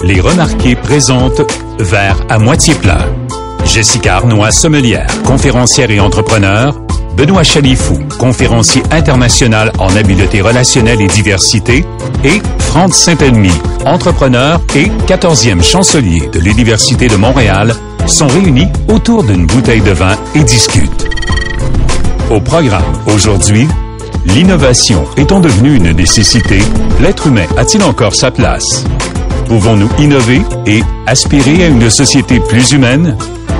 Les Remarqués présente Verre à moitié plein. Jessica Arnois, sommelière, conférencière et entrepreneur. Benoît Chalifou, conférencier international en habileté relationnelle et diversité. Et Franz Saint-Elmy, entrepreneur et 14e chancelier de l'Université de Montréal, sont réunis autour d'une bouteille de vin et discutent. Au programme aujourd'hui, l'innovation étant devenue une nécessité, l'être humain a-t-il encore sa place? Pouvons-nous innover et aspirer à une société plus humaine?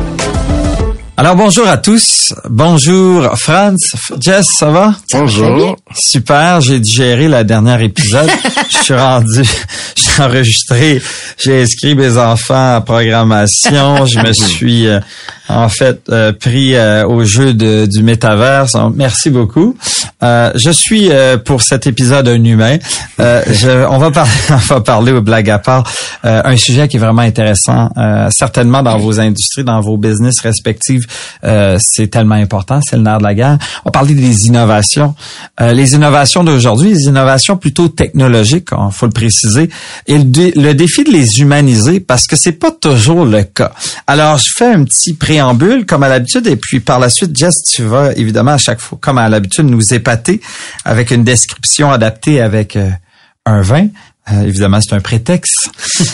Alors, bonjour à tous. Bonjour, Franz. Jess, ça va? Bonjour. Super, j'ai digéré le dernier épisode. J'ai enregistré, j'ai inscrit mes enfants à programmation. Je me suis, pris au jeu du métaverse. Merci beaucoup. Je suis, pour cet épisode, un humain. On va parler aux blagues à part. Un sujet qui est vraiment intéressant, certainement dans vos industries, dans vos business respectifs. C'est tellement important, c'est le nerf de la guerre. On va parler des innovations. Les innovations d'aujourd'hui, les innovations plutôt technologiques, il faut le préciser, et le défi de les humaniser, parce que c'est pas toujours le cas. Alors, je fais un petit préambule, comme à l'habitude, et puis par la suite, Jess, tu vas évidemment à chaque fois, comme à l'habitude, nous épater avec une description adaptée avec un vin. Évidemment, c'est un prétexte.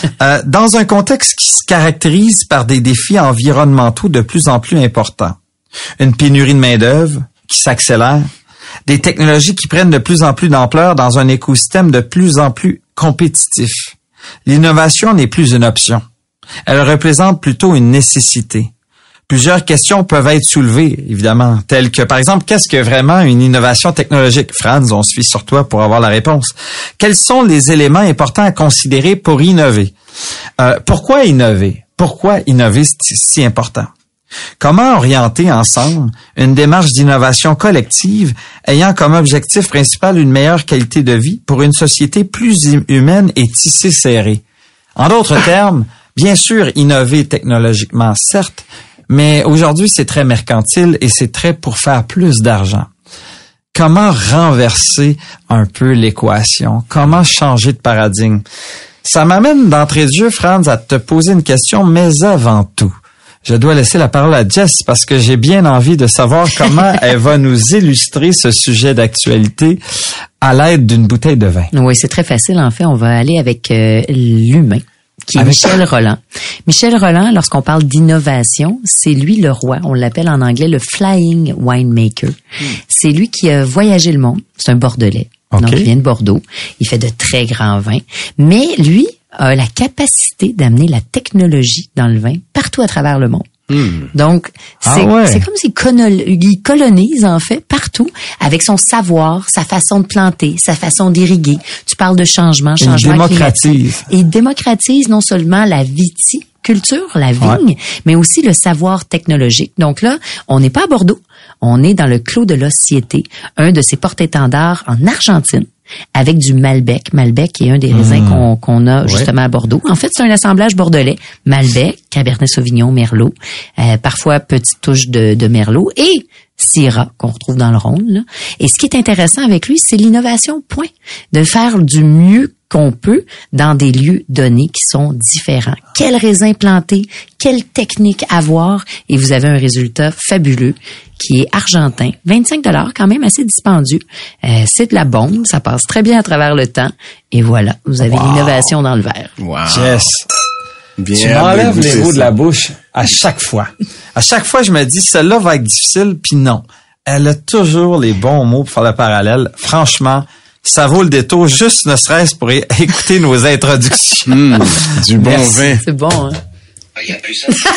Dans un contexte qui se caractérise par des défis environnementaux de plus en plus importants, une pénurie de main-d'œuvre qui s'accélère, des technologies qui prennent de plus en plus d'ampleur dans un écosystème de plus en plus compétitif, l'innovation n'est plus une option. Elle représente plutôt une nécessité. Plusieurs questions peuvent être soulevées, évidemment, telles que, par exemple, qu'est-ce que vraiment une innovation technologique? Franz, on se fie sur toi pour avoir la réponse. Quels sont les éléments importants à considérer pour innover? Pourquoi innover? Pourquoi innover, c'est si important? Comment orienter ensemble une démarche d'innovation collective ayant comme objectif principal une meilleure qualité de vie pour une société plus humaine et tissée serrée? En d'autres termes, bien sûr, innover technologiquement, certes, mais aujourd'hui, c'est très mercantile et c'est très pour faire plus d'argent. Comment renverser un peu l'équation? Comment changer de paradigme? Ça m'amène d'entrée de jeu, Franz, à te poser une question, mais avant tout, je dois laisser la parole à Jess parce que j'ai bien envie de savoir comment elle va nous illustrer ce sujet d'actualité à l'aide d'une bouteille de vin. Oui, c'est très facile. En fait, on va aller avec l'humain, qui est Michel Rolland. Michel Rolland, lorsqu'on parle d'innovation, c'est lui le roi. On l'appelle en anglais le Flying Winemaker. C'est lui qui a voyagé le monde. C'est un Bordelais. Okay. Donc, il vient de Bordeaux. Il fait de très grands vins. Mais lui a la capacité d'amener la technologie dans le vin partout à travers le monde. Donc, c'est comme s'il colonise, en fait, partout, avec son savoir, sa façon de planter, sa façon d'irriguer. Tu parles de changement climatique. Et démocratise non seulement la viticulture, la vigne, mais aussi le savoir technologique. Donc là, on n'est pas à Bordeaux, on est dans le Clos de l'Osciété, un de ses porte-étendards en Argentine, avec du Malbec. Malbec est un des raisins qu'on a justement à Bordeaux. En fait, c'est un assemblage bordelais. Malbec, Cabernet Sauvignon, Merlot, parfois petite touche de Merlot et Syrah qu'on retrouve dans le Rhône. Là. Et ce qui est intéressant avec lui, c'est l'innovation, point. De faire du mieux qu'on peut dans des lieux donnés qui sont différents. Quel raisin planter, quelle technique avoir, et vous avez un résultat fabuleux qui est argentin. 25 $ quand même, assez dispendieux. C'est de la bombe, ça passe très bien à travers le temps. Et voilà, vous avez l'innovation dans le verre. Wow. Yes. Bien, tu m'enlèves les mots de la bouche à chaque fois. À chaque fois, je me dis, celle-là va être difficile, puis non. Elle a toujours les bons mots pour faire le parallèle. Franchement, ça vaut le détour, juste ne serait-ce pour écouter nos introductions. Du bon vin. C'est bon, hein? Il y a plus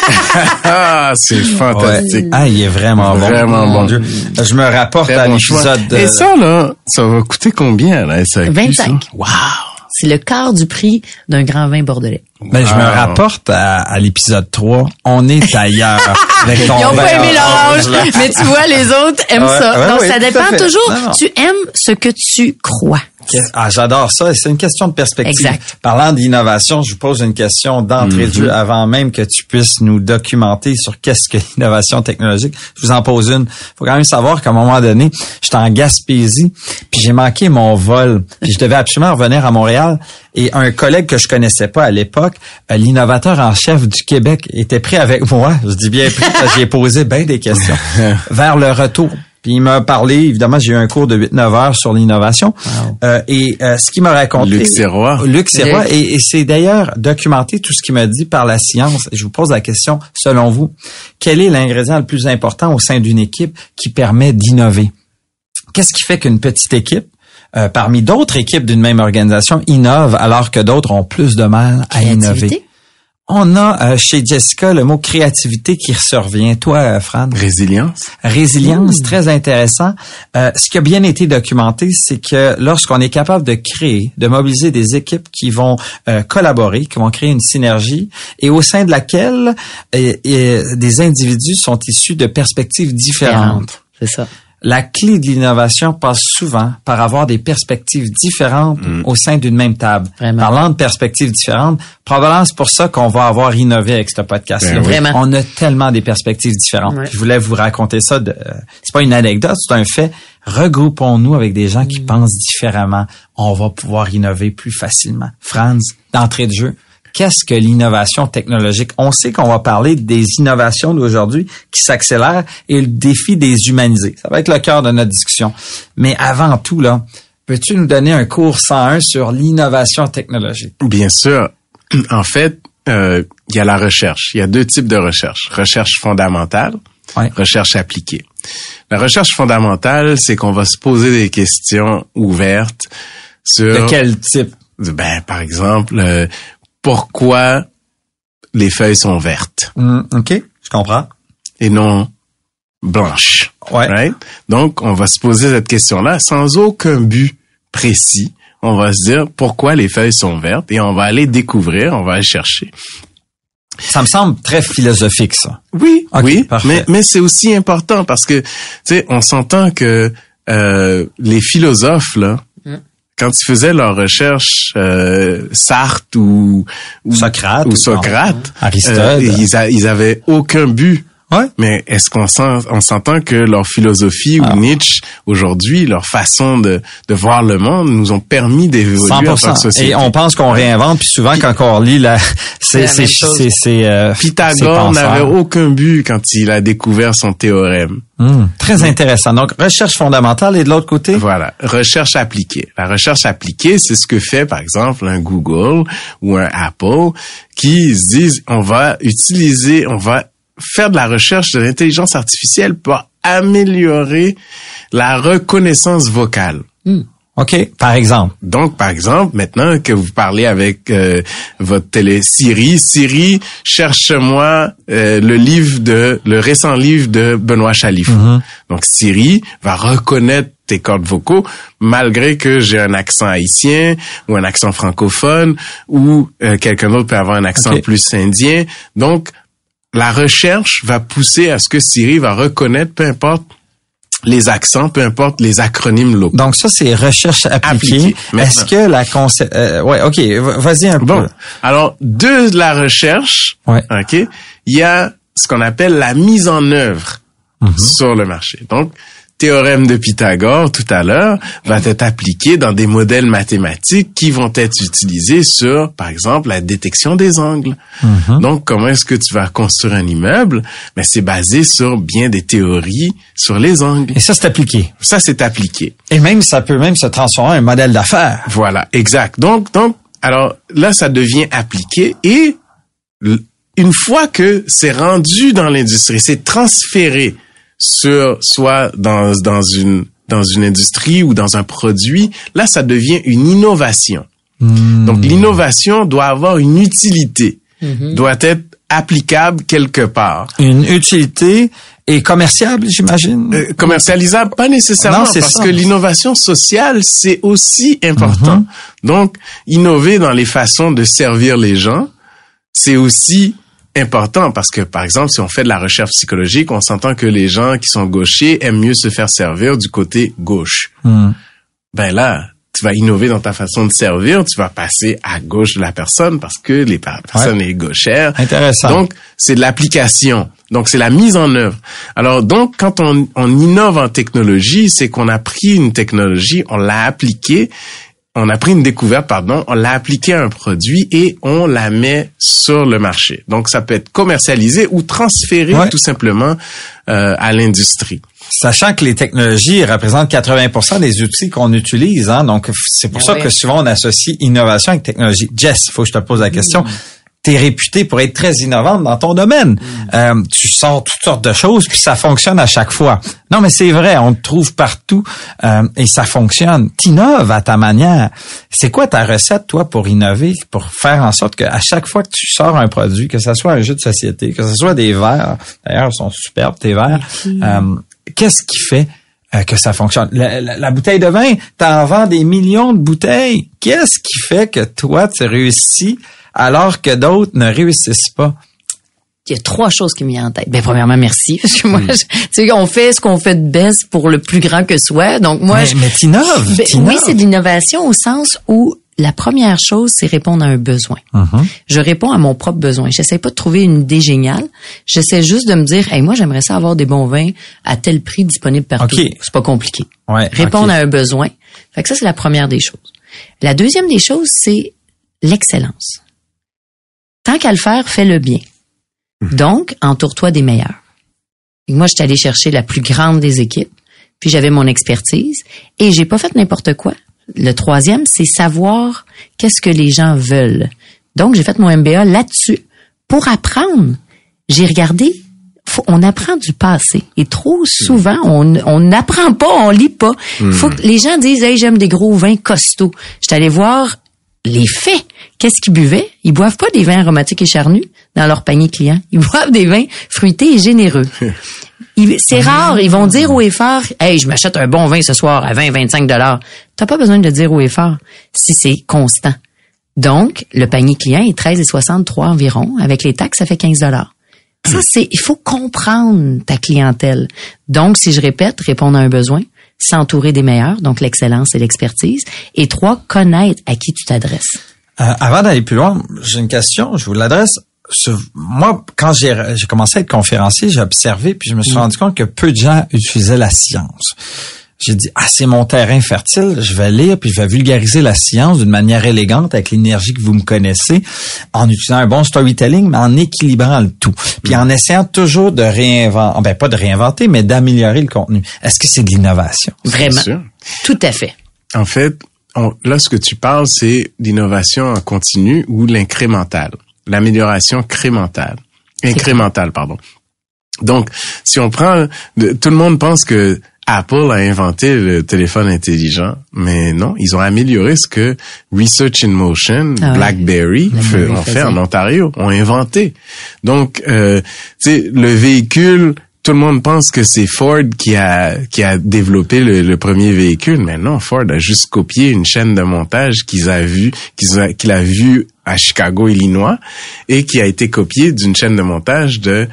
ça. C'est fantastique. Ouais. Ah, il est vraiment bon. Vraiment bon. Dieu. Je me rapporte très à bon l'épisode de... Et ça, là, ça va coûter combien, là, SAQ, 25. Ça? Wow! C'est le quart du prix d'un grand vin bordelais. Ben, je me rapporte à l'épisode 3. On est ailleurs. Ils n'ont pas aimé l'orange, mais tu vois, les autres aiment ça. Donc, ça dépend toujours. Non. Tu aimes ce que tu crois. J'adore ça. C'est une question de perspective. Exact. Parlant d'innovation, je vous pose une question d'entrée de jeu avant même que tu puisses nous documenter sur qu'est-ce que l'innovation technologique. Je vous en pose une. Faut quand même savoir qu'à un moment donné, j'étais en Gaspésie, puis j'ai manqué mon vol. Puis je devais absolument revenir à Montréal. Et un collègue que je connaissais pas à l'époque, l'innovateur en chef du Québec, était pris avec moi. Je dis bien pris parce que j'ai posé bien des questions. Vers le retour. Puis il m'a parlé, évidemment, j'ai eu un cours de 8-9 heures sur l'innovation. Wow. Ce qu'il m'a raconté... Luc Serrois. Et c'est d'ailleurs documenté tout ce qu'il m'a dit par la science. Je vous pose la question, selon vous, quel est l'ingrédient le plus important au sein d'une équipe qui permet d'innover? Qu'est-ce qui fait qu'une petite équipe, parmi d'autres équipes d'une même organisation, innove alors que d'autres ont plus de mal à innover? On a chez Jessica le mot créativité qui revient. Toi, Fran? Résilience, très intéressant. Ce qui a bien été documenté, c'est que lorsqu'on est capable de créer, de mobiliser des équipes qui vont collaborer, qui vont créer une synergie, et au sein de laquelle des individus sont issus de perspectives différentes. C'est ça. La clé de l'innovation passe souvent par avoir des perspectives différentes au sein d'une même table. Vraiment. Parlant de perspectives différentes, probablement c'est pour ça qu'on va avoir innové avec ce podcast-là. Vraiment. On a tellement des perspectives différentes. Ouais. Je voulais vous raconter ça. C'est pas une anecdote, c'est un fait. Regroupons-nous avec des gens qui pensent différemment. On va pouvoir innover plus facilement. Franz, d'entrée de jeu. Qu'est-ce que l'innovation technologique? On sait qu'on va parler des innovations d'aujourd'hui qui s'accélèrent et le défi des humaniser. Ça va être le cœur de notre discussion. Mais avant tout, là, peux-tu nous donner un cours 101 sur l'innovation technologique? Bien sûr. En fait, il y a la recherche. Il y a deux types de recherche. Recherche fondamentale, recherche appliquée. La recherche fondamentale, c'est qu'on va se poser des questions ouvertes sur... De quel type? Par exemple... pourquoi les feuilles sont vertes. OK, je comprends. Et non blanches. Ouais. Right? Donc, on va se poser cette question-là sans aucun but précis. On va se dire pourquoi les feuilles sont vertes et on va aller découvrir, on va aller chercher. Ça me semble très philosophique, ça. Oui, okay, oui, parfait. Mais c'est aussi important parce que, tu sais, on s'entend que les philosophes, là, quand ils faisaient leur recherche, Sartre ou Socrate, Aristote, ils avaient aucun but. Ouais. Mais est-ce qu'on s'entend que leur philosophie ou Nietzsche aujourd'hui, leur façon de voir le monde nous ont permis d'évoluer 100%. En tant que société. Et on pense qu'on réinvente, puis souvent quand on lit Pythagore n'avait aucun but quand il a découvert son théorème. Très intéressant. Donc, recherche fondamentale et de l'autre côté? Voilà, recherche appliquée. La recherche appliquée, c'est ce que fait, par exemple, un Google ou un Apple qui se disent, on va faire de la recherche de l'intelligence artificielle pour améliorer la reconnaissance vocale. OK, par exemple. Donc, par exemple, maintenant que vous parlez avec votre télé Siri, cherche-moi le récent livre de Benoît Chalifoux. Donc, Siri va reconnaître tes cordes vocaux, malgré que j'ai un accent haïtien ou un accent francophone ou quelqu'un d'autre peut avoir un accent plus indien. Donc, la recherche va pousser à ce que Siri va reconnaître, peu importe les accents, peu importe les acronymes locaux. Donc ça, c'est recherche appliquée. Est-ce que la concept... OK, vas-y un peu. Bon, alors, de la recherche, OK, il y a ce qu'on appelle la mise en œuvre sur le marché. Donc, théorème de Pythagore, tout à l'heure, va être appliqué dans des modèles mathématiques qui vont être utilisés sur, par exemple, la détection des angles. Donc, comment est-ce que tu vas construire un immeuble? Ben, c'est basé sur bien des théories sur les angles. Et ça, c'est appliqué. Ça, c'est appliqué. Et même, ça peut même se transformer en un modèle d'affaires. Voilà, exact. Donc, alors, là, ça devient appliqué et une fois que c'est rendu dans l'industrie, c'est transféré soit dans une industrie ou dans un produit, là, ça devient une innovation. Donc, l'innovation doit avoir une utilité, doit être applicable quelque part. Une utilité et commerciable, j'imagine? Commercialisable, pas nécessairement, parce que l'innovation sociale, c'est aussi important. Donc, innover dans les façons de servir les gens, c'est aussi important parce que, par exemple, si on fait de la recherche psychologique, on s'entend que les gens qui sont gauchers aiment mieux se faire servir du côté gauche. Ben là, tu vas innover dans ta façon de servir, tu vas passer à gauche de la personne parce que les personnes est gauchère. Intéressant. Donc, c'est de l'application. Donc, c'est la mise en œuvre. Alors, donc, quand on innove en technologie, c'est qu'on a pris une technologie, on l'a appliquée, on a pris une découverte, on l'a appliquée à un produit et on la met sur le marché. Donc, ça peut être commercialisé ou transféré tout simplement à l'industrie. Sachant que les technologies représentent 80% des outils qu'on utilise, hein, donc c'est pour ça que souvent on associe innovation avec technologie. Jess, faut que je te pose la question. T'es réputée pour être très innovante dans ton domaine. Tu sors toutes sortes de choses, puis ça fonctionne à chaque fois. Non, mais c'est vrai, on te trouve partout et ça fonctionne. T'innoves à ta manière. C'est quoi ta recette, toi, pour innover, pour faire en sorte qu'à chaque fois que tu sors un produit, que ce soit un jeu de société, que ce soit des verres, d'ailleurs, ils sont superbes, tes verres, qu'est-ce qui fait que ça fonctionne? La bouteille de vin, t'en vends des millions de bouteilles. Qu'est-ce qui fait que toi, tu réussis alors que d'autres ne réussissent pas? Il y a 3 choses qui me viennent en tête. Ben, premièrement, merci. Parce que moi, tu sais, on fait ce qu'on fait de best pour le plus grand que soit. Donc, moi. Mais t'innoves. Oui, c'est de l'innovation au sens où la première chose, c'est répondre à un besoin. Je réponds à mon propre besoin. J'essaie pas de trouver une idée géniale. J'essaie juste de me dire, hey, moi, j'aimerais ça avoir des bons vins à tel prix disponible partout. Okay. C'est pas compliqué. Répondre à un besoin. Fait que ça, c'est la première des choses. La deuxième des choses, c'est l'excellence. Tant qu'à le faire, fais-le bien. Donc, entoure-toi des meilleurs. Et moi, j'étais allée chercher la plus grande des équipes, puis j'avais mon expertise, et j'ai pas fait n'importe quoi. Le troisième, c'est savoir qu'est-ce que les gens veulent. Donc, j'ai fait mon MBA là-dessus. Pour apprendre, j'ai regardé, on apprend du passé. Et trop souvent, on n'apprend pas, on lit pas. Faut que les gens disent, hey, j'aime des gros vins costauds. J'étais allée voir les faits. Qu'est-ce qu'ils buvaient? Ils boivent pas des vins aromatiques et charnus dans leur panier client. Ils boivent des vins fruités et généreux. C'est rare. Ils vont dire haut et fort, hey, je m'achète un bon vin ce soir à 20-25 $. T'as pas besoin de le dire haut et fort si c'est constant. Donc, le panier client est 13,63 environ. Avec les taxes, ça fait 15 $. Ça, il faut comprendre ta clientèle. Donc, si je répète, répondre à un besoin, s'entourer des meilleurs, donc l'excellence et l'expertise. Et 3, connaître à qui tu t'adresses. Avant d'aller plus loin, j'ai une question, je vous l'adresse. Moi, quand j'ai commencé à être conférencier, j'ai observé, puis je me suis rendu compte que peu de gens utilisaient la science. J'ai dit, c'est mon terrain fertile, je vais lire, puis je vais vulgariser la science d'une manière élégante, avec l'énergie que vous me connaissez, en utilisant un bon storytelling, mais en équilibrant le tout. Puis en essayant toujours de réinventer, pas de réinventer, mais d'améliorer le contenu. Est-ce que c'est de l'innovation? Vraiment. Tout à fait. En fait, là, ce que tu parles, c'est l'innovation en continu ou l'incrémental. L'amélioration incrémentale, pardon. Donc, si on prend, tout le monde pense que Apple a inventé le téléphone intelligent, mais non, ils ont amélioré ce que Research in Motion, BlackBerry ont fait en Ontario, ont inventé. Donc, tu sais, le véhicule, tout le monde pense que c'est Ford qui a développé le premier véhicule, mais non, Ford a juste copié une chaîne de montage qu'il a vu à Chicago, Illinois, et qui a été copiée d'une chaîne de montage de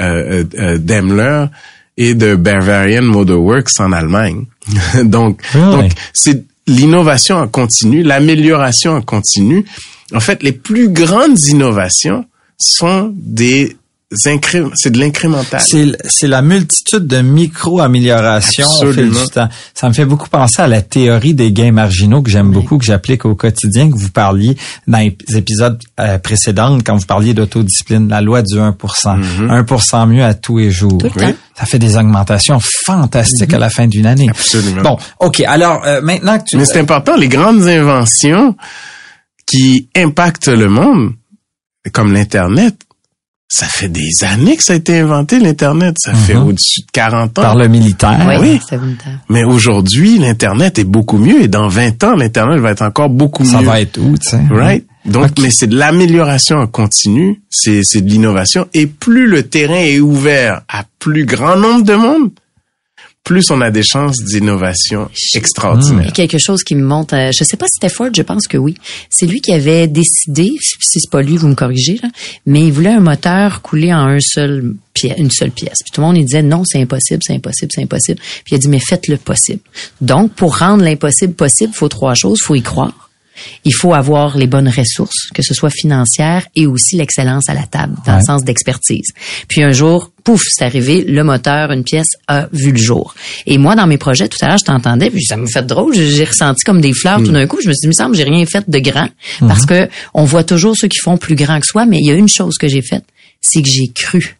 Daimler et de Bavarian Motor Works en Allemagne. Donc c'est l'innovation en continu, l'amélioration en continu. En fait, les plus grandes innovations sont c'est de l'incrémental. C'est la multitude de micro-améliorations au fil du temps. Ça me fait beaucoup penser à la théorie des gains marginaux que j'aime beaucoup, que j'applique au quotidien, que vous parliez dans les épisodes précédents, quand vous parliez d'autodiscipline, la loi du 1%. 1% mieux à tous les jours. Ça fait des augmentations fantastiques à la fin d'une année. Absolument. Bon, OK. Alors, maintenant que Mais c'est important, les grandes inventions qui impactent le monde, comme l'Internet, ça fait des années que ça a été inventé, l'Internet. Ça fait au-dessus de 40 ans. Par le militaire. Oui. Mais aujourd'hui, l'Internet est beaucoup mieux. Et dans 20 ans, l'Internet va être encore beaucoup mieux. Ça va être où, tu sais? Right? Donc, mais c'est de l'amélioration en continu. C'est de l'innovation. Et plus le terrain est ouvert à plus grand nombre de monde, plus on a des chances d'innovation extraordinaire. Il y a quelque chose qui me monte, je sais pas si c'était Ford, je pense que oui. C'est lui qui avait décidé, si c'est pas lui, vous me corrigez, là, mais il voulait un moteur coulé en une seule pièce. Puis tout le monde, il disait non, c'est impossible. Puis il a dit, mais faites-le possible. Donc, pour rendre l'impossible possible, il faut 3 choses. Il faut y croire. Il faut avoir les bonnes ressources, que ce soit financières et aussi l'excellence à la table, dans le sens d'expertise. Puis un jour, pouf, c'est arrivé, le moteur, une pièce a vu le jour. Et moi, dans mes projets, tout à l'heure, je t'entendais, puis ça me fait drôle, j'ai ressenti comme des fleurs tout d'un coup. Je me suis dit, il me semble, j'ai rien fait de grand, parce que on voit toujours ceux qui font plus grand que soi, mais il y a une chose que j'ai faite, c'est que j'ai cru.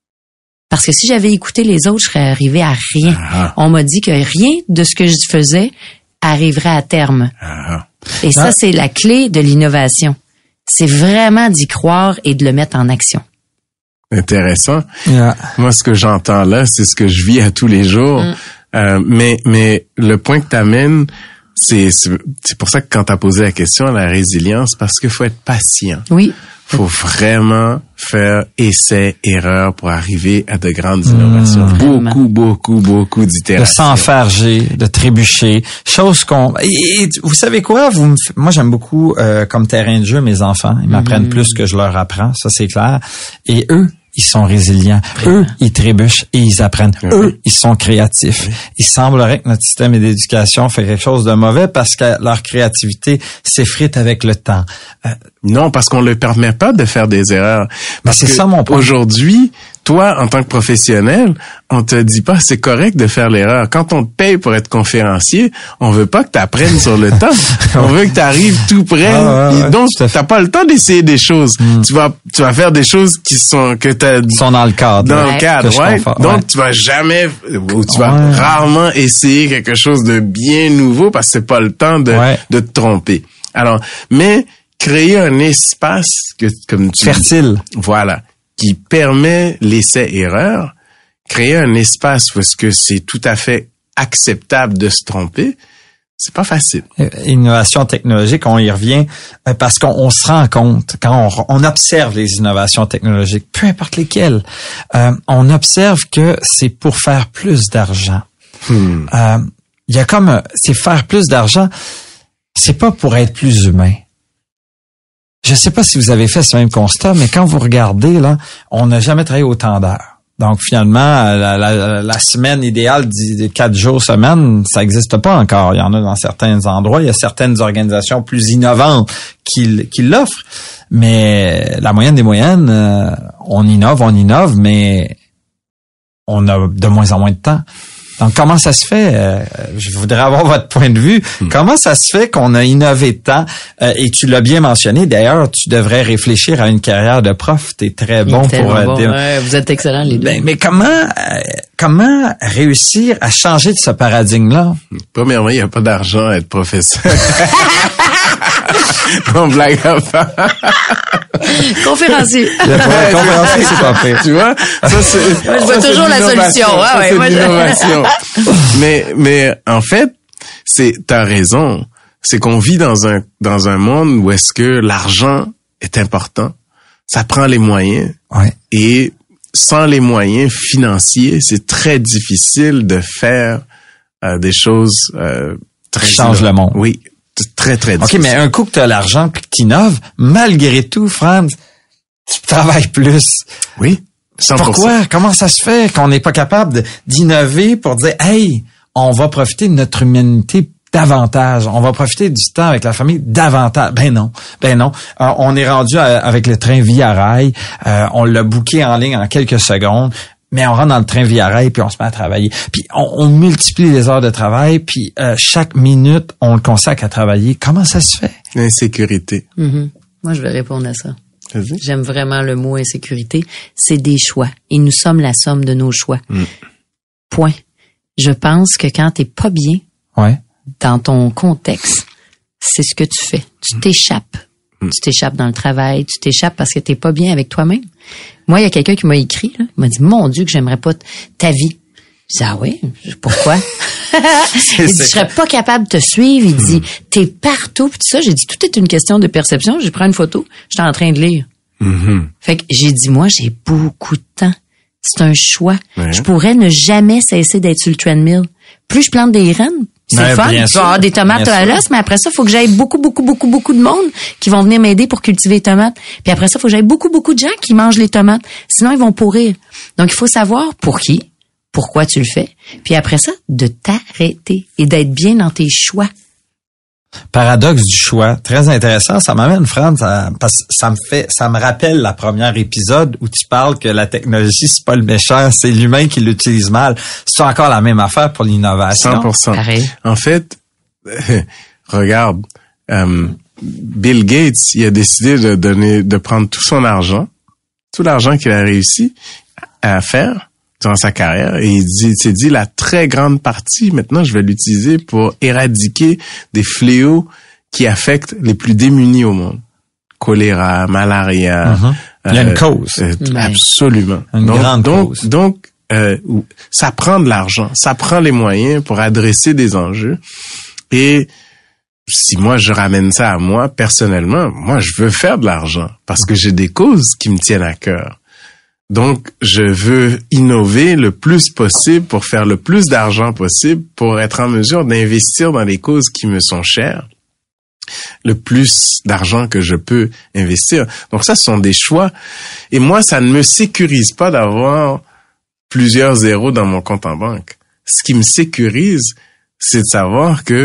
Parce que si j'avais écouté les autres, je serais arrivé à rien. On m'a dit que rien de ce que je faisais arriverait à terme. Et ça, c'est la clé de l'innovation. C'est vraiment d'y croire et de le mettre en action. Intéressant. Moi, ce que j'entends là, c'est ce que je vis à tous les jours. Mais le point que t'amènes, c'est pour ça que quand t'as posé la question à la résilience, parce qu'il faut être patient. Oui. Faut vraiment faire essai-erreur pour arriver à de grandes innovations. Beaucoup d'itérations. De s'enfarger, de trébucher. Chose qu'on... Et vous savez quoi? Moi, j'aime beaucoup comme terrain de jeu mes enfants. Ils m'apprennent plus que je leur apprends, ça c'est clair. Et eux, ils sont résilients. Vraiment. Eux, ils trébuchent et ils apprennent. Eux, ils sont créatifs. Il semblerait que notre système d'éducation fait quelque chose de mauvais parce que leur créativité s'effrite avec le temps. Non, parce qu'on ne leur permet pas de faire des erreurs. Parce c'est que ça mon point. Aujourd'hui, toi, en tant que professionnel, on te dit pas c'est correct de faire l'erreur. Quand on te paye pour être conférencier, on veut pas que tu apprennes sur le temps. On veut que tu arrives tout près. Donc, t'as pas le temps d'essayer des choses. Tu vas faire des choses qui sont sont dans le cadre. Dans le cadre, ouais. Donc, tu vas jamais ou tu vas rarement essayer quelque chose de bien nouveau parce que c'est pas le temps de te tromper. Alors, mais créer un espace comme tu fertile. Voilà. Qui permet l'essai-erreur, créer un espace où est-ce que c'est tout à fait acceptable de se tromper, c'est pas facile. Innovation technologique, on y revient parce qu'on se rend compte, quand on observe les innovations technologiques, peu importe lesquelles, on observe que c'est pour faire plus d'argent. Il y a c'est faire plus d'argent, c'est pas pour être plus humain. Je sais pas si vous avez fait ce même constat, mais quand vous regardez, là, on n'a jamais travaillé autant d'heures. Donc, finalement, la semaine idéale de 4 jours semaine, ça n'existe pas encore. Il y en a dans certains endroits. Il y a certaines organisations plus innovantes qui l'offrent. Mais la moyenne des moyennes, on innove, mais on a de moins en moins de temps. Donc, comment ça se fait? Je voudrais avoir votre point de vue. Comment ça se fait qu'on a innové tant? Et tu l'as bien mentionné. D'ailleurs, tu devrais réfléchir à une carrière de prof. T'es très bon pour... vous êtes excellents les deux. Mais comment réussir à changer de ce paradigme-là? Premièrement, il n'y a pas d'argent à être professeur. On blague pas. Conférencier. Conférencier, c'est pas fait. Tu vois? Ça, c'est, moi, je vois toujours la solution. C'est l'innovation. Mais en fait, t'as raison. C'est qu'on vit dans un monde où est-ce que l'argent est important. Ça prend les moyens. Ouais. Et sans les moyens financiers, c'est très difficile de faire des choses très qui changent le monde. Oui. Très, très difficile. OK, mais un coup que tu as l'argent puis que tu innoves, malgré tout, Franz, tu travailles plus. Oui. 100%. Pourquoi? Comment ça se fait qu'on n'est pas capable d'innover pour dire, hey, on va profiter de notre humanité davantage. On va profiter du temps avec la famille davantage. Ben non. On est rendu avec le train Via Rail. On l'a booké en ligne en quelques secondes. Mais on rentre dans le train Via Rail puis on se met à travailler. Puis on multiplie les heures de travail puis chaque minute, on le consacre à travailler. Comment ça se fait? L'insécurité. Moi, je vais répondre à ça. Vas-y. J'aime vraiment le mot insécurité. C'est des choix. Et nous sommes la somme de nos choix. Point. Je pense que quand t'es pas bien dans ton contexte, c'est ce que tu fais. Tu t'échappes. Tu t'échappes dans le travail, tu t'échappes parce que t'es pas bien avec toi-même. Moi, il y a quelqu'un qui m'a écrit, là, il m'a dit, mon Dieu, que j'aimerais pas ta vie. Je dis, ah oui? Pourquoi? Il dit, je serais pas capable de te suivre. Il dit, t'es partout. Puis ça, j'ai dit, tout est une question de perception. J'ai pris une photo, j'étais en train de lire. Fait que j'ai dit, moi, j'ai beaucoup de temps. C'est un choix. Ouais. Je pourrais ne jamais cesser d'être sur le treadmill. Plus je plante des graines, c'est Ouais, fun. bien Je vais avoir sûr, des tomates bien à sûr. l'os, mais après ça, il faut que j'aille beaucoup de monde qui vont venir m'aider pour cultiver les tomates. Puis après ça, il faut que j'aille beaucoup de gens qui mangent les tomates. Sinon, ils vont pourrir. Donc, il faut savoir pour qui, pourquoi tu le fais. Puis après ça, de t'arrêter et d'être bien dans tes choix. Paradoxe du choix, très intéressant. Ça m'amène, Fran, parce que ça me rappelle la première épisode où tu parles que la technologie, c'est pas le méchant, c'est l'humain qui l'utilise mal. C'est encore la même affaire pour l'innovation. 100%. Pareil. En fait, regarde, Bill Gates, il a décidé de prendre tout son argent, tout l'argent qu'il a réussi à faire durant sa carrière, et il s'est dit la très grande partie, maintenant, je vais l'utiliser pour éradiquer des fléaux qui affectent les plus démunis au monde. Choléra, malaria. Il y a une cause. Absolument. Une grande cause. Donc, ça prend de l'argent, ça prend les moyens pour adresser des enjeux. Et si moi je ramène ça à moi personnellement, moi je veux faire de l'argent parce que j'ai des causes qui me tiennent à cœur. Donc je veux innover le plus possible pour faire le plus d'argent possible pour être en mesure d'investir dans les causes qui me sont chères. Le plus d'argent que je peux investir. Donc ça, ce sont des choix. Et moi, ça ne me sécurise pas d'avoir plusieurs zéros dans mon compte en banque. Ce qui me sécurise, c'est de savoir que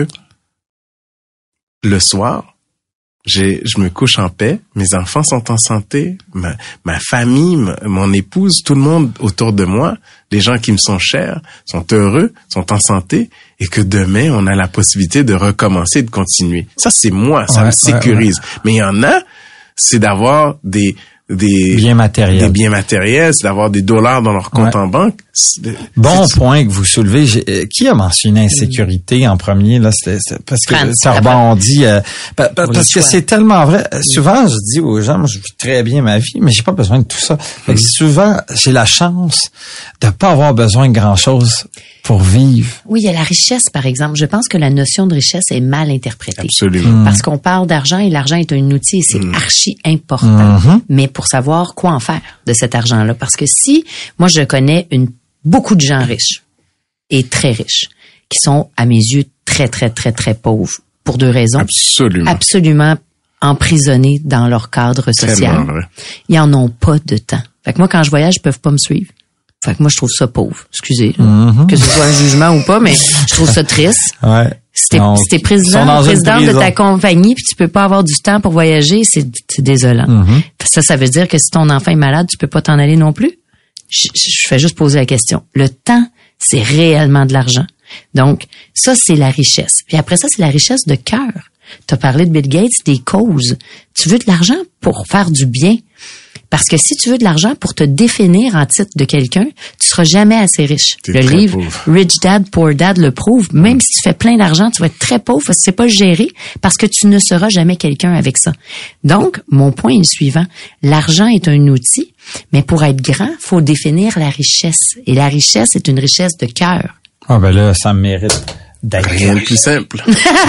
le soir, je me couche en paix, mes enfants sont en santé, ma famille, mon épouse, tout le monde autour de moi, les gens qui me sont chers, sont heureux, sont en santé, et que demain, on a la possibilité de recommencer, de continuer. Ça, c'est moi, ça me sécurise. Mais il y en a, c'est d'avoir des biens matériels. Des biens matériels, c'est d'avoir des dollars dans leur compte en banque. Bon point que vous soulevez. Qui a mentionné insécurité en premier là? C'est parce que ça rebondit. Parce que c'est tellement vrai. Souvent, je dis aux gens, moi, je vis très bien ma vie, mais j'ai pas besoin de tout ça. Fait que souvent, j'ai la chance de pas avoir besoin de grand-chose pour vivre. Oui, il y a la richesse, par exemple. Je pense que la notion de richesse est mal interprétée. Absolument. Parce qu'on parle d'argent et l'argent est un outil et c'est archi important. Mais pour savoir quoi en faire de cet argent-là. Parce que si, moi, je connais beaucoup de gens riches et très riches qui sont, à mes yeux, très, très, très, très pauvres pour deux raisons. Absolument emprisonnés dans leur cadre social. Ils en ont pas de temps. Fait que moi, quand je voyage, ils peuvent pas me suivre. Fait que moi, je trouve ça pauvre. Excusez. Que ce soit un jugement ou pas, mais je trouve ça triste. Ouais. Si t'es président de ta compagnie puis tu peux pas avoir du temps pour voyager, c'est désolant. Ça veut dire que si ton enfant est malade, tu peux pas t'en aller non plus. Je fais juste poser la question. Le temps, c'est réellement de l'argent. Donc, ça, c'est la richesse. Puis après ça, c'est la richesse de cœur. Tu as parlé de Bill Gates, des causes. Tu veux de l'argent pour faire du bien. Parce que si tu veux de l'argent pour te définir en titre de quelqu'un, tu seras jamais assez riche. Le livre Rich Dad, Poor Dad le prouve. Même si tu fais plein d'argent, tu vas être très pauvre parce que tu sais pas le gérer, parce que tu ne seras jamais quelqu'un avec ça. Donc, mon point est le suivant. L'argent est un outil, mais pour être grand, faut définir la richesse. Et la richesse est une richesse de cœur. Ah ben là, ça me mérite d'être rien de plus simple.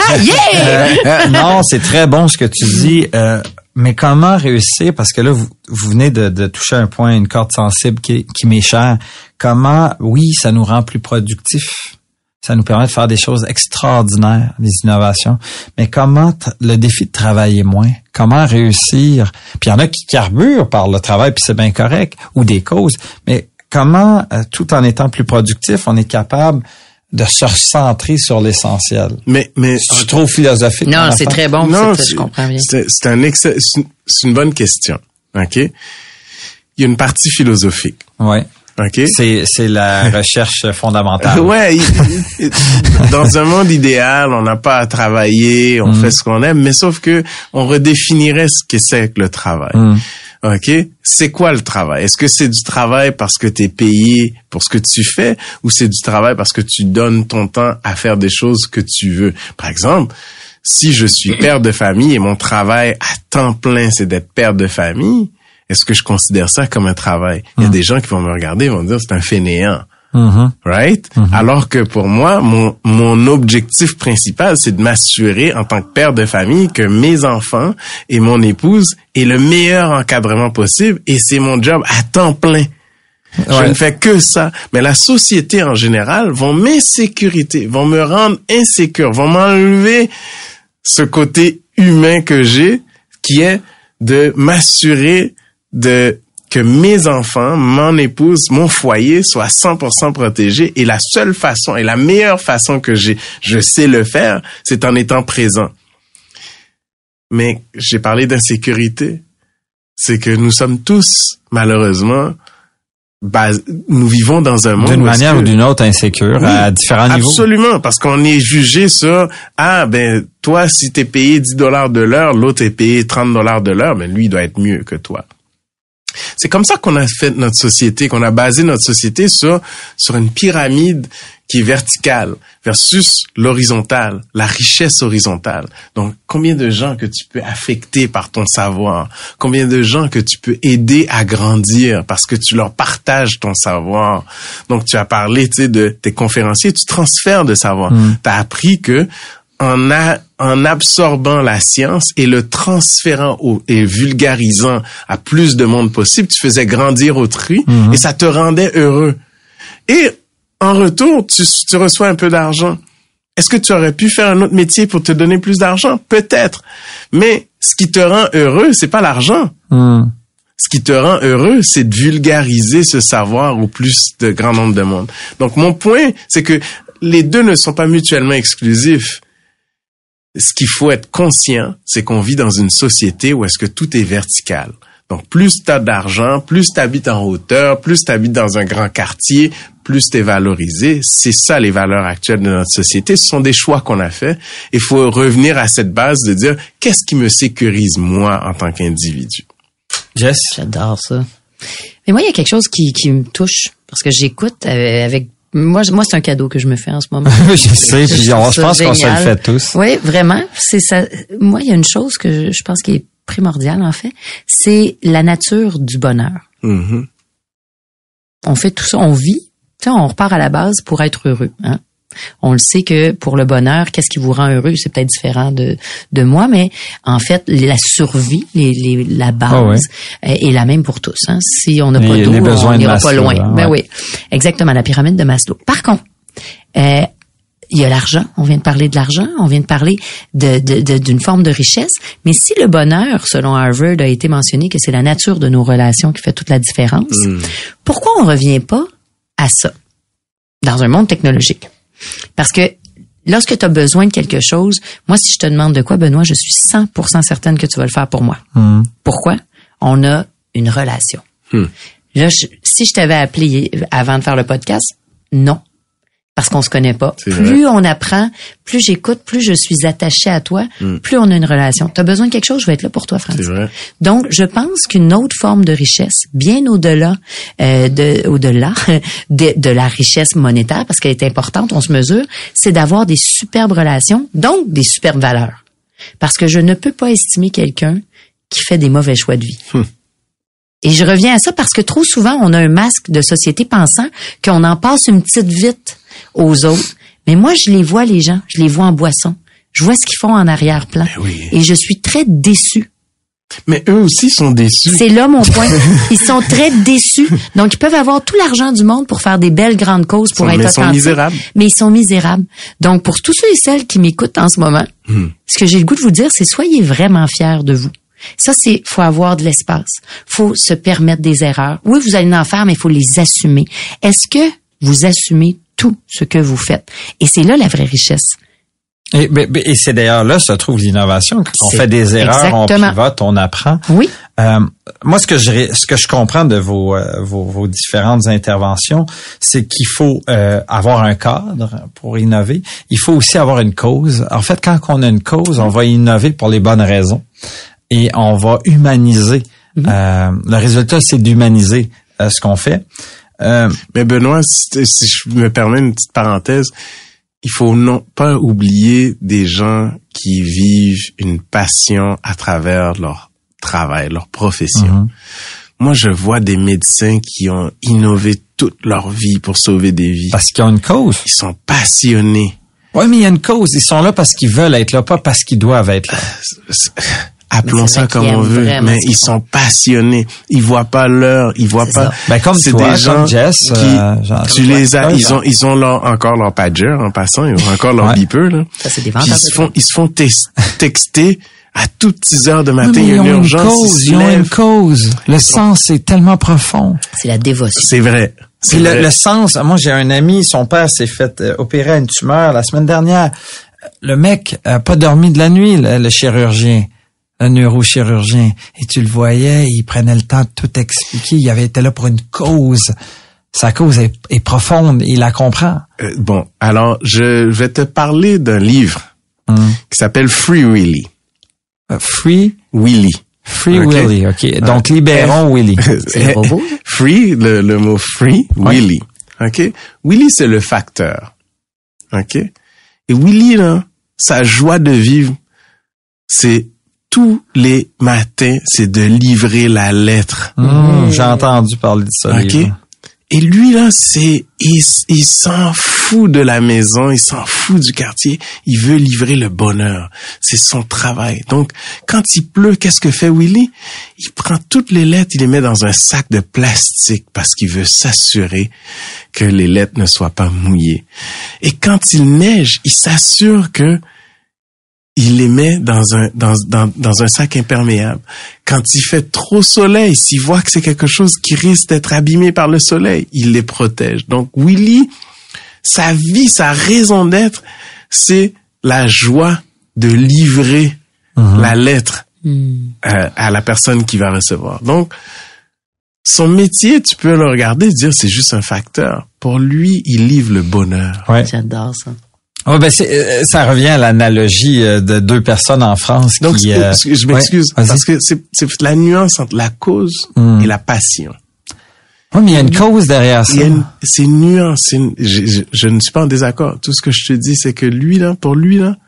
Non, c'est très bon ce que tu dis. Mais comment réussir, parce que là, vous venez de toucher un point, une corde sensible qui m'est chère. Comment, oui, ça nous rend plus productifs. Ça nous permet de faire des choses extraordinaires, des innovations. Mais comment le défi de travailler moins? Comment réussir? Puis il y en a qui carburent par le travail, puis c'est bien correct, ou des causes. Mais comment, tout en étant plus productif, on est capable de se recentrer sur l'essentiel. Mais c'est trop philosophique. Non, c'est très bon. Non, je comprends bien. C'est une bonne question. OK? Il y a une partie philosophique. Ouais. OK? C'est la recherche fondamentale. Ouais. Dans un monde idéal, on n'a pas à travailler, on fait ce qu'on aime, mais sauf que on redéfinirait ce que c'est que le travail. OK? C'est quoi le travail? Est-ce que c'est du travail parce que tu es payé pour ce que tu fais ou c'est du travail parce que tu donnes ton temps à faire des choses que tu veux? Par exemple, si je suis père de famille et mon travail à temps plein, c'est d'être père de famille, est-ce que je considère ça comme un travail? Il y a des gens qui vont me regarder et vont dire c'est un fainéant. Right? Alors que pour moi, mon objectif principal, c'est de m'assurer en tant que père de famille que mes enfants et mon épouse aient le meilleur encadrement possible et c'est mon job à temps plein. Je ne fais que ça. Mais la société en général vont m'insécurité, vont me rendre insécure, vont m'enlever ce côté humain que j'ai, qui est de m'assurer que mes enfants, mon épouse, mon foyer soient 100% protégés. Et la seule façon, et la meilleure façon que je sais le faire, c'est en étant présent. Mais j'ai parlé d'insécurité. C'est que nous sommes tous, malheureusement, nous vivons dans un monde... D'une manière ou d'une autre insécure, à différents niveaux. Absolument, parce qu'on est jugé sur, toi, si t'es payé $10 de l'heure, l'autre est payé $30 de l'heure, mais lui, il doit être mieux que toi. C'est comme ça qu'on a fait notre société, qu'on a basé notre société sur une pyramide qui est verticale versus l'horizontale, la richesse horizontale. Donc, combien de gens que tu peux affecter par ton savoir? Combien de gens que tu peux aider à grandir parce que tu leur partages ton savoir? Donc, tu as parlé, de tes conférenciers, tu transfères de savoir. Tu as appris que en absorbant la science et le transférant et vulgarisant à plus de monde possible, tu faisais grandir autrui et ça te rendait heureux. Et en retour, tu reçois un peu d'argent. Est-ce que tu aurais pu faire un autre métier pour te donner plus d'argent? Peut-être. Mais ce qui te rend heureux, c'est pas l'argent. Ce qui te rend heureux, c'est de vulgariser ce savoir au plus de grand nombre de monde. Donc, mon point, c'est que les deux ne sont pas mutuellement exclusifs. Ce qu'il faut être conscient, c'est qu'on vit dans une société où est-ce que tout est vertical. Donc, plus tu as d'argent, plus tu habites en hauteur, plus tu habites dans un grand quartier, plus tu es valorisé. C'est ça les valeurs actuelles de notre société. Ce sont des choix qu'on a faits. Il faut revenir à cette base de dire, qu'est-ce qui me sécurise moi en tant qu'individu? Jess? J'adore ça. Mais moi, il y a quelque chose qui me touche parce que j'écoute avec... Moi, c'est un cadeau que je me fais en ce moment. Je sais, puis je pense qu'on se le fait tous. Oui, vraiment. C'est ça. Moi, il y a une chose que je pense qui est primordiale, en fait. C'est la nature du bonheur. On fait tout ça, on vit. On repart à la base pour être heureux, hein. On le sait que pour le bonheur, qu'est-ce qui vous rend heureux, c'est peut-être différent de moi, mais en fait, la survie, la base est la même pour tous. Hein. Si on n'a pas d'eau, on n'ira pas loin. Ben oui, exactement, la pyramide de Maslow. Par contre, il y a l'argent. On vient de parler de l'argent. On vient de parler d'une forme de richesse. Mais si le bonheur, selon Harvard, a été mentionné que c'est la nature de nos relations qui fait toute la différence, pourquoi on revient pas à ça dans un monde technologique? Parce que lorsque tu as besoin de quelque chose, moi, si je te demande de quoi, Benoît, je suis 100% certaine que tu vas le faire pour moi. Pourquoi? On a une relation. Là, si je t'avais appelé avant de faire le podcast, non. Parce qu'on se connaît pas. Plus on apprend, plus j'écoute, plus je suis attachée à toi, plus on a une relation. Tu as besoin de quelque chose, je vais être là pour toi, Francis. Donc, je pense qu'une autre forme de richesse, bien au-delà de la richesse monétaire, parce qu'elle est importante, on se mesure, c'est d'avoir des superbes relations, donc des superbes valeurs. Parce que je ne peux pas estimer quelqu'un qui fait des mauvais choix de vie. Et je reviens à ça parce que trop souvent, on a un masque de société pensant qu'on en passe une petite vite aux autres. Mais moi, je les vois, les gens. Je les vois en boisson. Je vois ce qu'ils font en arrière-plan. Et je suis très déçue. Mais eux aussi sont déçus. C'est là mon point. Ils sont très déçus. Donc, ils peuvent avoir tout l'argent du monde pour faire des belles grandes causes, pour être authentiques. Mais ils sont misérables. Mais ils sont misérables. Donc, pour tous ceux et celles qui m'écoutent en ce moment, ce que j'ai le goût de vous dire, c'est soyez vraiment fiers de vous. Ça, faut avoir de l'espace. Faut se permettre des erreurs. Oui, vous allez en faire, mais il faut les assumer. Est-ce que vous assumez tout ce que vous faites? Et c'est là la vraie richesse. Et c'est d'ailleurs là se trouve l'innovation. Quand on fait des erreurs, exactement. On pivote, on apprend. Oui. Moi, ce que je comprends de vos différentes interventions, c'est qu'il faut avoir un cadre pour innover. Il faut aussi avoir une cause. En fait, quand on a une cause, on va innover pour les bonnes raisons. Et on va humaniser. Le résultat, c'est d'humaniser ce qu'on fait. Mais Benoît, si je me permets une petite parenthèse, il faut pas oublier des gens qui vivent une passion à travers leur travail, leur profession. Moi, je vois des médecins qui ont innové toute leur vie pour sauver des vies. Parce qu'ils ont une cause. Ils sont passionnés. Oui, mais il y a une cause. Ils sont là parce qu'ils veulent être là, pas parce qu'ils doivent être là. appelons c'est ça vrai comme qu'ils on aiment veut, vraiment mais ce qu'ils ils font. sont passionnés. Ils voient pas l'heure, ils voient C'est pas. ça. Ben, comme c'est toi, des gens comme Jess, tu les as, comme toi, ils ont encore leur pager en passant, ils ont encore leur Ouais. beeper, là. Ça, c'est des Puis vendeurs ils se font texter à toutes 6 heures de matin. mais Il y a ils une ont une urgence, cause, ils ils se ont une lèvent. cause. Le sens est tellement profond. C'est la dévotion. C'est vrai. Puis le sens, moi j'ai un ami, son père s'est fait opérer à une tumeur la semaine dernière. Le mec a pas dormi de la nuit, le chirurgien, le neurochirurgien. Et tu le voyais, il prenait le temps de tout expliquer. Il avait été là pour une cause. Sa cause est profonde, il la comprend. Bon, alors je vais te parler d'un livre qui s'appelle Free Willy. Free Willy. Free Ok. Willy, OK. Donc libérons Willy. C'est le robot. Free, le mot free, Ouais. Willy. OK? Willy, c'est le facteur. OK? Et Willy, là, sa joie de vivre, c'est tous les matins, c'est de livrer la lettre. J'ai entendu parler de ça. OK? livre. Et lui, là, il s'en fout de la maison, il s'en fout du quartier, il veut livrer le bonheur. C'est son travail. Donc, quand il pleut, qu'est-ce que fait Willy? Il prend toutes les lettres, il les met dans un sac de plastique parce qu'il veut s'assurer que les lettres ne soient pas mouillées. Et quand il neige, il s'assure que il les met dans un sac imperméable. Quand il fait trop soleil, s'il voit que c'est quelque chose qui risque d'être abîmé par le soleil, il les protège. Donc Willy, sa vie, sa raison d'être, c'est la joie de livrer la lettre à la personne qui va recevoir. Donc, son métier, tu peux le regarder et dire c'est juste un facteur. Pour lui, il livre le bonheur. Ouais. J'adore ça. Ouais, ben ça revient à l'analogie de deux personnes en France Donc, qui... je m'excuse, ouais, vas-y. parce que c'est la nuance entre la cause et la passion. Oui, mais il y a une cause derrière ça. C'est une nuance. Je ne suis pas en désaccord. Tout ce que je te dis, c'est que lui, là, pour lui, là,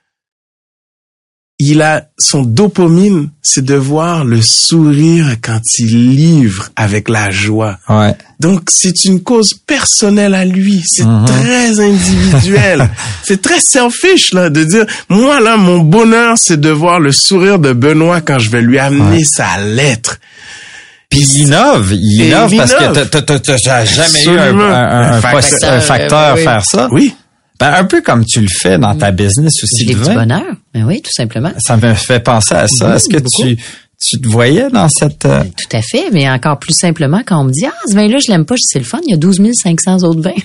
il a son dopamine, c'est de voir le sourire quand il livre avec la joie. Ouais. Donc, c'est une cause personnelle à lui. C'est très individuel. C'est très selfish, là, de dire, moi, là, mon bonheur, c'est de voir le sourire de Benoît quand je vais lui amener sa lettre. Puis il innove parce innove. que t'as jamais eu Absolument. un facteur. facteur Oui. faire ça. Oui. Ben, un peu comme tu le fais dans ta business aussi. Je livre le du vin. bonheur. Mais oui, tout simplement. Ça me fait penser à ça. Est-ce que beaucoup. tu te voyais dans cette... Tout à fait, mais encore plus simplement, quand on me dit, ce vin-là, je l'aime pas, je dis, c'est le fun, il y a 12 500 autres vins.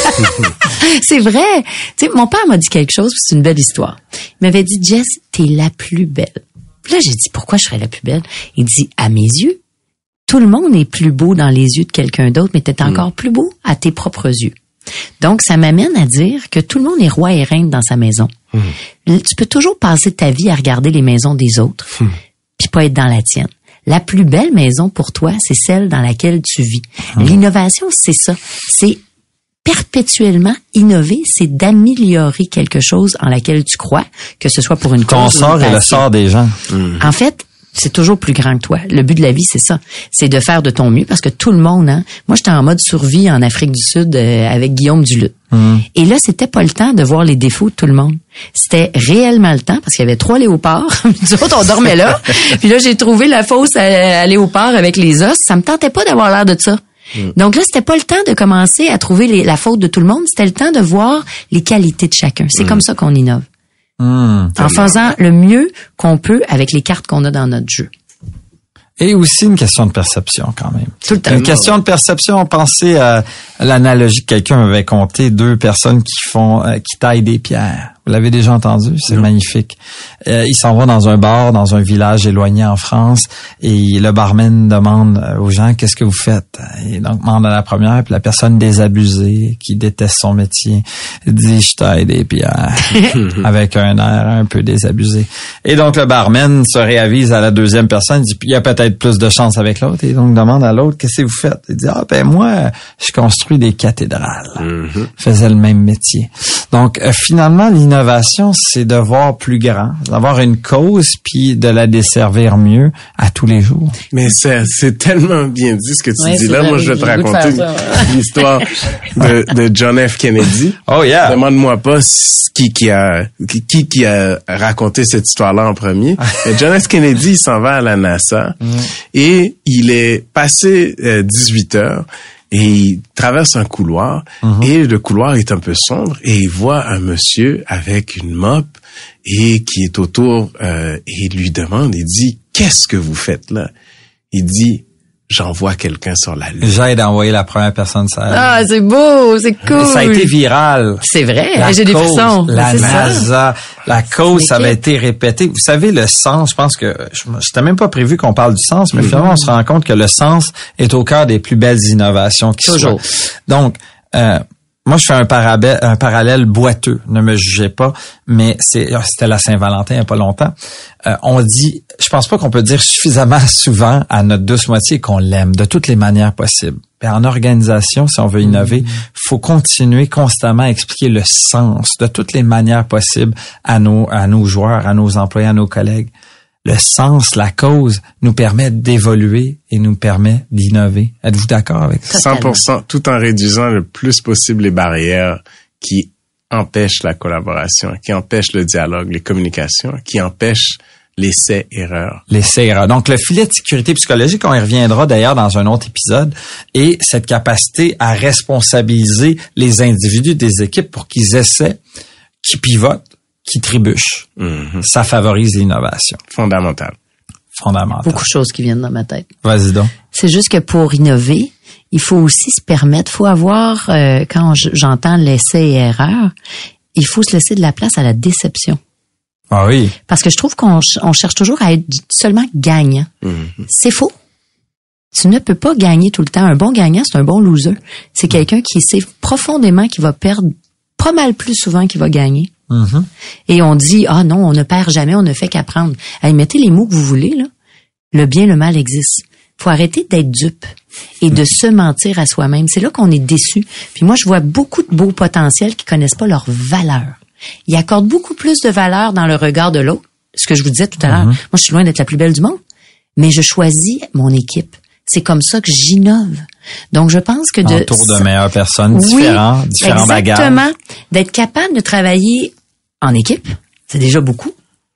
C'est vrai. Tu sais, mon père m'a dit quelque chose, puis c'est une belle histoire. Il m'avait dit, Jess, t'es la plus belle. Puis là, j'ai dit, pourquoi je serais la plus belle? Il dit, à mes yeux, tout le monde est plus beau dans les yeux de quelqu'un d'autre, mais t'es encore plus beau à tes propres yeux. Donc, ça m'amène à dire que tout le monde est roi et reine dans sa maison. Tu peux toujours passer ta vie à regarder les maisons des autres, puis pas être dans la tienne. La plus belle maison pour toi, c'est celle dans laquelle tu vis. L'innovation, c'est ça. C'est perpétuellement innover, c'est d'améliorer quelque chose en laquelle tu crois, que ce soit pour une Ton cause ou une sort et le passion. sort des gens. En fait, c'est toujours plus grand que toi. Le but de la vie, c'est ça. C'est de faire de ton mieux parce que tout le monde, moi, j'étais en mode survie en Afrique du Sud avec Guillaume Duluth. Et là, c'était pas le temps de voir les défauts de tout le monde. C'était réellement le temps parce qu'il y avait 3 léopards. Nous autres, on dormait là. Puis là, j'ai trouvé la fosse à léopard avec les os. Ça me tentait pas d'avoir l'air de ça. Donc là, c'était pas le temps de commencer à trouver la faute de tout le monde. C'était le temps de voir les qualités de chacun. C'est comme ça qu'on innove. En faisant le mieux qu'on peut avec les cartes qu'on a dans notre jeu. Et aussi une question de perception quand même. Tout le temps. Une question de perception. Pensez à l'analogie que quelqu'un m'avait conté, 2 personnes qui taillent des pierres. Vous l'avez déjà entendu? C'est magnifique. Ils s'en vont dans un bar, dans un village éloigné en France, et le barman demande aux gens, qu'est-ce que vous faites? Et donc, demande à la première, puis la personne désabusée, qui déteste son métier, dit, je taille des pierres, avec un air un peu désabusé. Et donc, le barman se réavise à la deuxième personne, dit, il y a peut-être plus de chance avec l'autre, et donc demande à l'autre, qu'est-ce que vous faites? Il dit, moi, je construis des cathédrales. Faisait le même métier. Donc, finalement, l'innovation, c'est de voir plus grand, d'avoir une cause, puis de la desservir mieux à tous les jours. Mais c'est tellement bien dit ce que tu dis là. vrai, Moi, je vais te raconter l'histoire de John F. Kennedy. Oh yeah! Demande-moi pas qui a raconté cette histoire-là en premier. Mais John F. Kennedy, il s'en va à la NASA et il est passé 18 heures. Et il traverse un couloir et le couloir est un peu sombre et il voit un monsieur avec une mop et qui est autour et il lui demande, il dit, qu'est-ce que vous faites là? Il dit, j'envoie quelqu'un sur la Lune. J'aide à envoyer la première personne sur la Lune. Ah, c'est beau, c'est cool. Ça a été viral. C'est vrai, La j'ai des cause, frissons. La C'est NASA, ça. la cause, C'est ça avait été répété. Vous savez, le sens, je pense que c'était même pas prévu qu'on parle du sens, mais finalement, on se rend compte que le sens est au cœur des plus belles innovations qui Toujours. soient. Donc, moi, je fais un parallèle boiteux. Ne me jugez pas, mais c'était la Saint-Valentin il y a pas longtemps. On dit, je pense pas qu'on peut dire suffisamment souvent à notre douce moitié qu'on l'aime de toutes les manières possibles. Et en organisation, si on veut innover, faut continuer constamment à expliquer le sens de toutes les manières possibles à nos joueurs, à nos employés, à nos collègues. Le sens, la cause nous permet d'évoluer et nous permet d'innover. Êtes-vous d'accord avec ça? 100%, tout en réduisant le plus possible les barrières qui empêchent la collaboration, qui empêchent le dialogue, les communications, qui empêchent l'essai-erreur. L'essai-erreur. Donc, le filet de sécurité psychologique, on y reviendra d'ailleurs dans un autre épisode, et cette capacité à responsabiliser les individus des équipes pour qu'ils essaient, qu'ils pivotent, qui trébuche. Ça favorise l'innovation. Fondamental. Beaucoup de choses qui viennent dans ma tête. Vas-y donc. C'est juste que pour innover, il faut aussi se permettre, faut avoir, quand j'entends l'essai et erreur, il faut se laisser de la place à la déception. Ah oui. Parce que je trouve qu'on cherche toujours à être seulement gagnant. C'est faux. Tu ne peux pas gagner tout le temps. Un bon gagnant, c'est un bon loser. C'est quelqu'un qui sait profondément qu'il va perdre pas mal plus souvent qu'il va gagner. Et on dit, ah non, on ne perd jamais, on ne fait qu'apprendre. Allez, mettez les mots que vous voulez, là. Le bien, le mal existe. Faut arrêter d'être dupe et de se mentir à soi-même. C'est là qu'on est déçu. Puis moi, je vois beaucoup de beaux potentiels qui connaissent pas leur valeur. Ils accordent beaucoup plus de valeur dans le regard de l'autre. Ce que je vous disais tout à l'heure. Moi, je suis loin d'être la plus belle du monde, mais je choisis mon équipe. C'est comme ça que j'innove. Donc, je pense que autour de meilleures personnes, différents bagages. Exactement. D'être capable de travailler en équipe, c'est déjà beaucoup.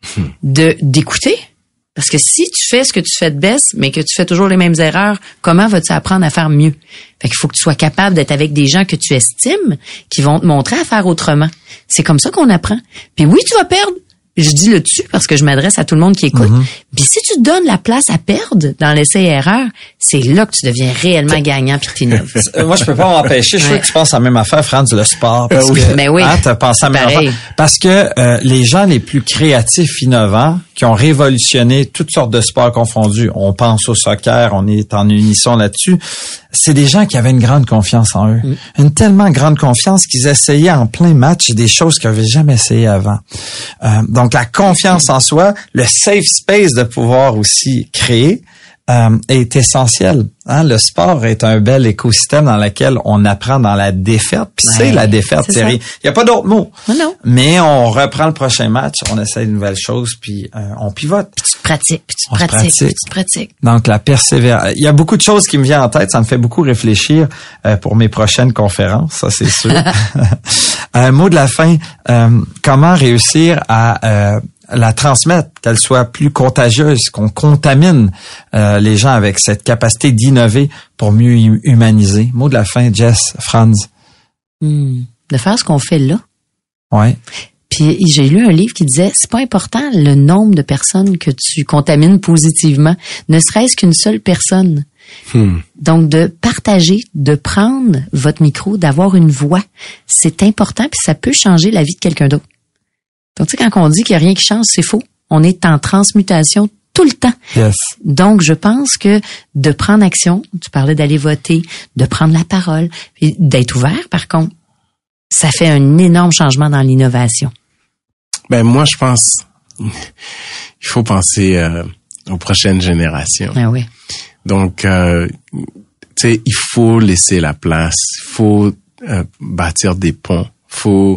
D'écouter. Parce que si tu fais ce que tu fais de best, mais que tu fais toujours les mêmes erreurs, comment vas-tu apprendre à faire mieux? Fait qu'il faut que tu sois capable d'être avec des gens que tu estimes, qui vont te montrer à faire autrement. C'est comme ça qu'on apprend. Puis oui, tu vas perdre. Je dis le tu parce que je m'adresse à tout le monde qui écoute. Puis si tu te donnes la place à perdre dans l'essai-erreur, c'est là que tu deviens réellement gagnant puis t'innoves. Moi, je peux pas m'empêcher. Je sais que tu penses à la même affaire, Franz, le sport. Parce que, ben oui. T'as pensé à la même affaire. Parce que les gens les plus créatifs, innovants, qui ont révolutionné toutes sortes de sports confondus, on pense au soccer, on est en unisson là-dessus, c'est des gens qui avaient une grande confiance en eux. Une tellement grande confiance qu'ils essayaient en plein match des choses qu'ils n'avaient jamais essayé avant. Donc, la confiance en soi, le safe space de pouvoir aussi créer est essentiel. Hein? Le sport est un bel écosystème dans lequel on apprend dans la défaite. Puis c'est la défaite, Thierry. Il n'y a pas d'autre mot. Non. Mais on reprend le prochain match, on essaie de nouvelles choses, puis on pivote. Puis tu te pratiques, puis tu te pratiques. Donc, la persévérance. Il y a beaucoup de choses qui me viennent en tête. Ça me fait beaucoup réfléchir pour mes prochaines conférences, ça c'est sûr. Un mot de la fin. Comment réussir à la transmettre, qu'elle soit plus contagieuse, qu'on contamine les gens avec cette capacité d'innover pour mieux humaniser. Mot de la fin, Jess, Franz. De faire ce qu'on fait là. Ouais. Puis j'ai lu un livre qui disait, c'est pas important le nombre de personnes que tu contamines positivement, ne serait-ce qu'une seule personne. Donc, de partager, de prendre votre micro, d'avoir une voix, c'est important, puis ça peut changer la vie de quelqu'un d'autre. Donc, tu sais, quand on dit qu'il n'y a rien qui change, c'est faux. On est en transmutation tout le temps. Yes. Donc, je pense que de prendre action, tu parlais d'aller voter, de prendre la parole, puis d'être ouvert, par contre, ça fait un énorme changement dans l'innovation. Ben, moi, je pense, il faut penser aux prochaines générations. Ah oui. Donc, tu sais, il faut laisser la place, il faut bâtir des ponts, faut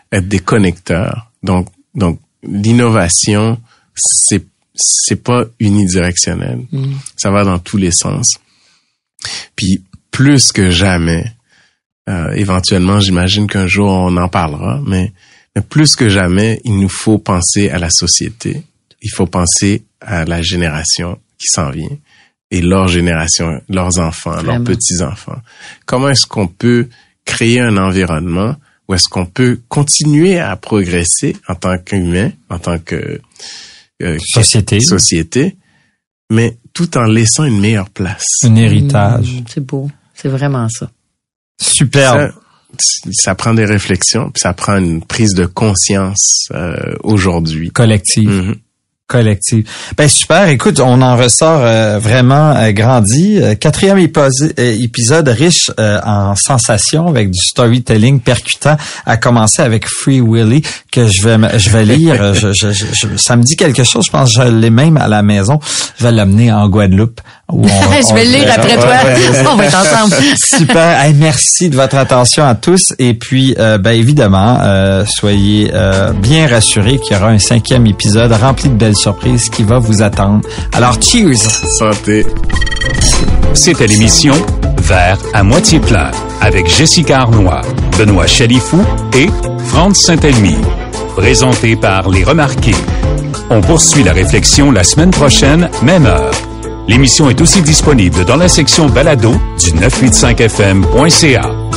être des connecteurs. Donc l'innovation, c'est pas unidirectionnel. Ça va dans tous les sens. Puis plus que jamais, éventuellement, j'imagine qu'un jour on en parlera, mais plus que jamais, il nous faut penser à la société. Il faut penser à la génération qui s'en vient et leur génération, leurs enfants, vraiment, leurs petits-enfants. Comment est-ce qu'on peut créer un environnement où est-ce qu'on peut continuer à progresser en tant qu'humain, en tant que société, mais tout en laissant une meilleure place. Un héritage. C'est beau. C'est vraiment ça. Superbe. Ça prend des réflexions, puis ça prend une prise de conscience aujourd'hui. Collective. Collective. Ben super, écoute, on en ressort vraiment grandi. 4e épisode riche en sensations avec du storytelling percutant, à commencer avec Free Willy que je vais lire. Ça me dit quelque chose, je pense que je l'ai même à la maison. Je vais l'amener en Guadeloupe. Je vais le lire après toi. On va être ensemble. Super. Hey, merci de votre attention à tous. Et puis, ben évidemment, soyez bien rassurés qu'il y aura un 5e épisode rempli de belles surprises qui va vous attendre. Alors, cheers! Santé! C'était l'émission Verre à moitié plein avec Jessica Arnois, Benoît Chalifou et Franz Saint-Elmy. Présenté par Les Remarqués. On poursuit la réflexion la semaine prochaine, même heure. L'émission est aussi disponible dans la section balado du 985fm.ca.